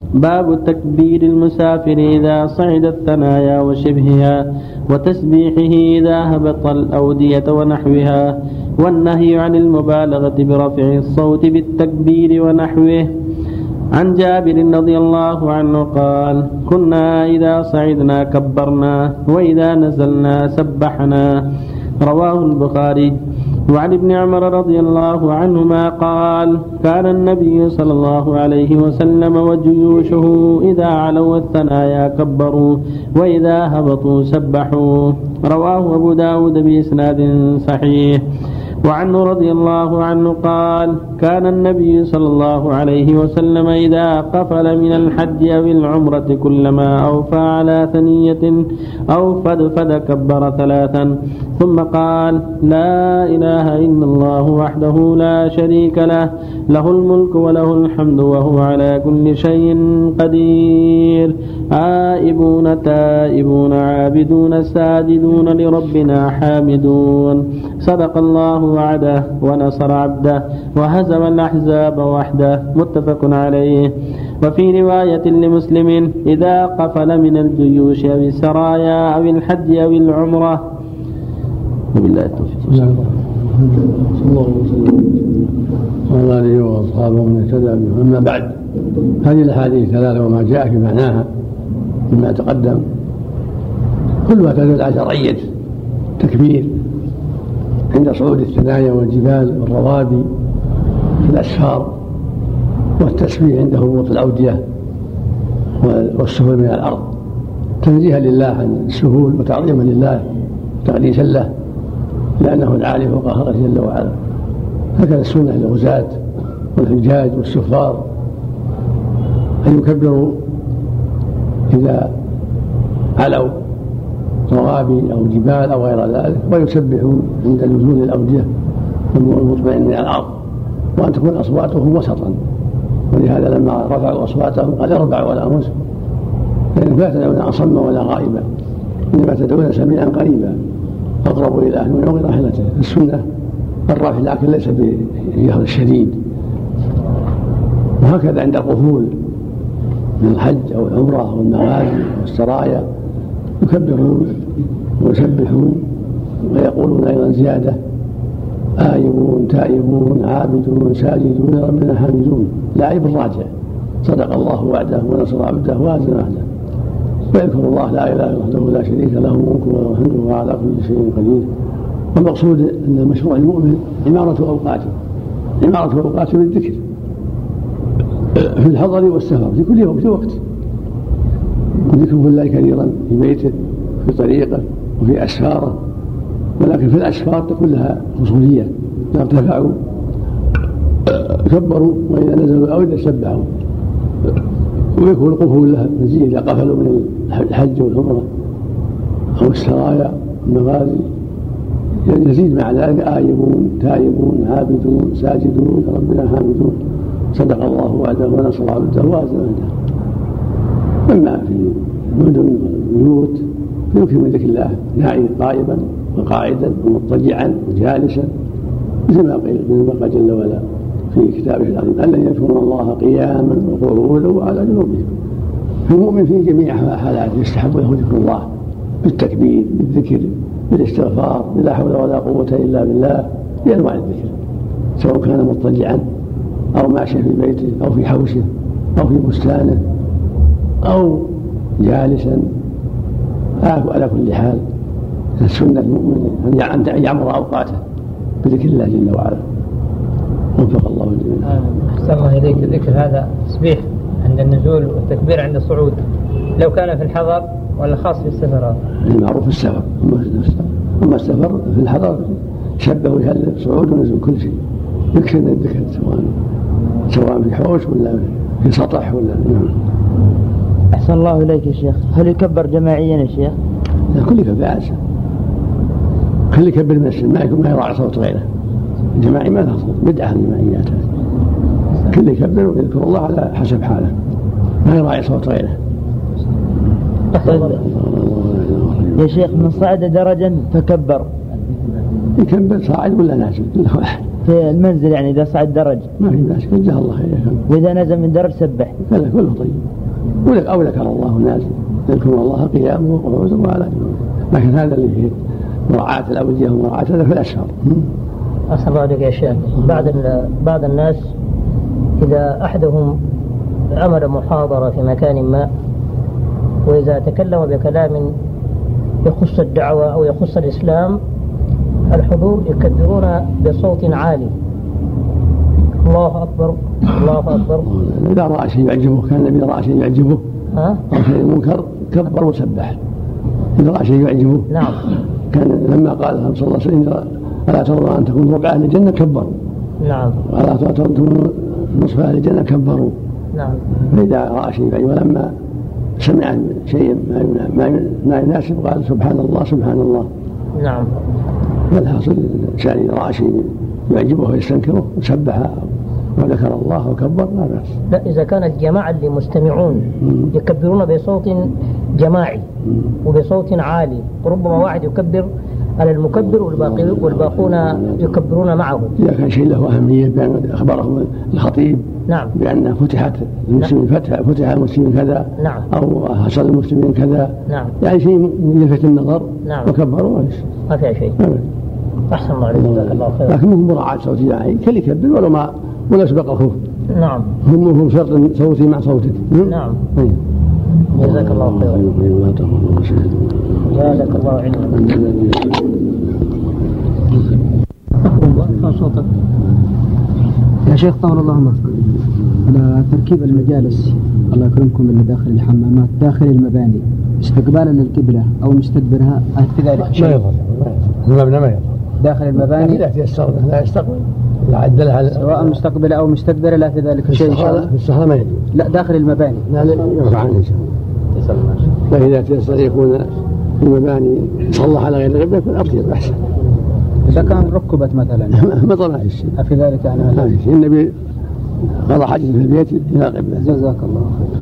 باب تكبير المسافر إذا صعد الثنايا وشبهها وتسبيحه إذا هبط الأودية ونحوها، والنهي عن المبالغة برفع الصوت بالتكبير ونحوه. عن جابر رضي الله عنه قال: كنا إذا صعدنا كبرنا وإذا نزلنا سبحنا. رواه البخاري. وعن ابن عمر رضي الله عنهما قال: كان النبي صلى الله عليه وسلم وجيوشه إذا علوا الثنايا كبروا وإذا هبطوا سبحوا. رواه أبو داود بإسناد صحيح. وعنه رضي الله عنه قال: كان النبي صلى الله عليه وسلم إذا قفل من الحج أو العمرة كلما أوفى على ثنية أو فدفد كبر 3 ثم قال: لا إله إلا الله وحده لا شريك له، له الملك وله الحمد وهو على كل شيء قدير، آئبون تائبون عابدون ساجدون لربنا حامدون. صدق الله وعده ونصر عبده وهزم الأحزاب وحده. متفق عليه. وفي رواية لمسلم: إذا قفل من الجيوش أو السرايا أو الحج أو العمرة. وبالله التوفيق. صلى الله عليه وأصحابه من اهتدى بهم. أما بعد، هذه الأحاديث 3 وما جاء في معناها مما تقدم كلها تدل على شرعية تكبير عند صعود الثنايا والجبال والروابي في الأسفار، والتسبيح عند هبوط الأودية والسهول من الأرض، تنزيها لله عن السهول وتعظيما لله تقديسا له، لأنه العالي فوق خلقه جل وعلا. هكذا السنة للغزاة والحجاج والسفار أن يكبروا إذا علوا روابي أو جبال أو غير ذلك، ويسبحوا عند نزول الأودية والمطمئن من الأرض، وأن تكون أصواتهم وسطا. ولهذا لما رفعوا أصواتهم قال: اربعوا ولا مسلم، لأنهم لا تدعون أصم ولا غائبا، إنما تدعون سميعا قريبا أقرب إلى أهله ويوم راحلته. السنة الرافع لكن ليس بالجهر الشديد. وهكذا عند القفول من الحج أو العمرة أو المغازي أو السرايا يكبرون ويسبحون ويقولون أيضا زيادة: آيبون تائبون عابدون ساجدون لربنا حامدون. العيب الراجع. صدق الله وعده ونصر عبده وهزم أهله. ويذكر الله لا إله إلا وحده لا شريك له، الملك وله الحمد وهو على كل شيء قدير. والمقصود أن مشروع المؤمن عمارة أوقاته بالذكر في الحضر والسفر في كل وقت، ذكره الله كثيرا في بيته في طريقه وفي أسفاره. ولكن في الأسفار تكون لها خصوصية: إذا ارتفعوا كبروا وإذا نزلوا أو إذا سبحوا. ويكون القفول لها مزيد إذا قفلوا من الحج والعمرة أو السرايا والمغازي، يزيد مع ذلك: آيبون تائبون عابدون ساجدون ربنا حامدون. صدق الله وعده ونصر عبده وهزم أهله. أما في المدن والبيوت فيمكن من ذكر الله قائما وقاعدا ومضطجعا وجالسا، مثل ما قال جل وعلا في كتابه العظيم: الذين يذكرون الله قياما وقعودا وعلى جنوبهم. فالمؤمن في جميع حالاته يستحب له ذكر الله بالتكبير بالذكر بالاستغفار، لا حول ولا قوة إلا بالله، بأنواع الذكر، سواء كان مضطجعا أو ماشيا في بيته أو في حوشه أو في بستانه أو جالسا. على كل حال السنة المؤمن أن يعمر أوقاته بذكر الله جل وعلا. وفق الله الجميع. أحسن الله إليك. ذكر هذا تسبيح عند النزول والتكبير عند الصعود، لو كان في الحضر ولا خاص في السفر؟ المعروف في السفر. أما السفر في الحضر شبه ويهلل صعود ونزول كل شيء، يكفي الذكر سواء في حوش ولا في سطح ولا. أحسن الله إليك يا شيخ. هل يكبر جماعيا يا شيخ؟ لا، كل يكبر عسى، كل يكبر المسجد ما يراعي صوت غيره. الجماعي ما تصل بدعة الجماعيات، كل يكبر ويذكر الله على حسب حاله، ما يراعي صوت غيره. يا شيخ من صعد درجا فكبر، يكبر صاعد ولا نازل كله واحد في المنزل، يعني إذا صعد درج ما في بأس، جزاه الله خير. وإذا نزل من درج سبح، كله طيب. أو ذكر الله الناس يذكر الله قياما وقعودا وعلى جنوبهم، لكن هذا اللي فيه مراعاة الأودية ومراعاة هذا في الأشهر. أحسن الله عليك يا شيخ. بعض الناس إذا أحدهم عمل محاضرة في مكان ما، وإذا تكلم بكلام يخص الدعوة أو يخص الإسلام، الحضور يكبرون بصوت عالي، الله أكبر الله أكبر. إذا رأى شيء يعجبه، كان النبي رأى شيء يعجبه أو شيء منكر كبر وسبح. إذا رأى شيء يعجبه نعم. كان لما قال صلى الله عليه وسلم ألا ترضى أن تكون ربع أهل الجنة كبروا. نعم. ألا ترضى أن تكون نصف أهل الجنة كبروا. نعم. فإذا رأى شيء يعجبه ولما سمع شيء ما يناسب قال سبحان الله سبحان الله. نعم. والحاصل الإنسان إذا رأى شيء يعجبه ويستنكره وسبح وذكر الله وكبر لا بأس. لا، إذا كان الجماعة اللي مستمعون يكبرون بصوت جماعي وبصوت عالي، ربما واحد يكبر على المكبر والباقون يكبرون معه. إذا كان شيء له أهمية بأن أخبره الخطيب نعم بأن فتح المسلمين كذا نعم أو حصل المسلمين كذا نعم، يعني شيء يلفت النظر نعم وكبروا ما فيها شيء. أحسن الله عليك جزاك الله خير. لكن هم مراعاة صوت جماعي كل يكبر ولا سبق الخوف. نعم. هم شرط صوتي مع صوتك. نعم. جزاك الله خير. جزاك الله علما. صوتك يا شيخ طول الله عمرك، على تركيب المجالس الله يكرمكم اللي داخل الحمامات داخل المباني استقبالا للقبلة أو مستدبرها، هل في ذلك شيء؟ ما يضر المبنى ما يضر داخل المباني لا يتيسر لا يستقبل لا عدلها سواء مستقبلة أو مستدبرة لا في ذلك شيء. في الصحراء ما يجوز. لا داخل المباني لا يرفع عنه إن شاء الله. لكن إذا تيسر يكون المباني صلح على غير القبلة يكون أطيب أحسن. إذا كان ركبت مثلا ما في شيء. في ذلك يعني النبي قضى حاجته في البيت إلى قبلة. جزاك الله خير.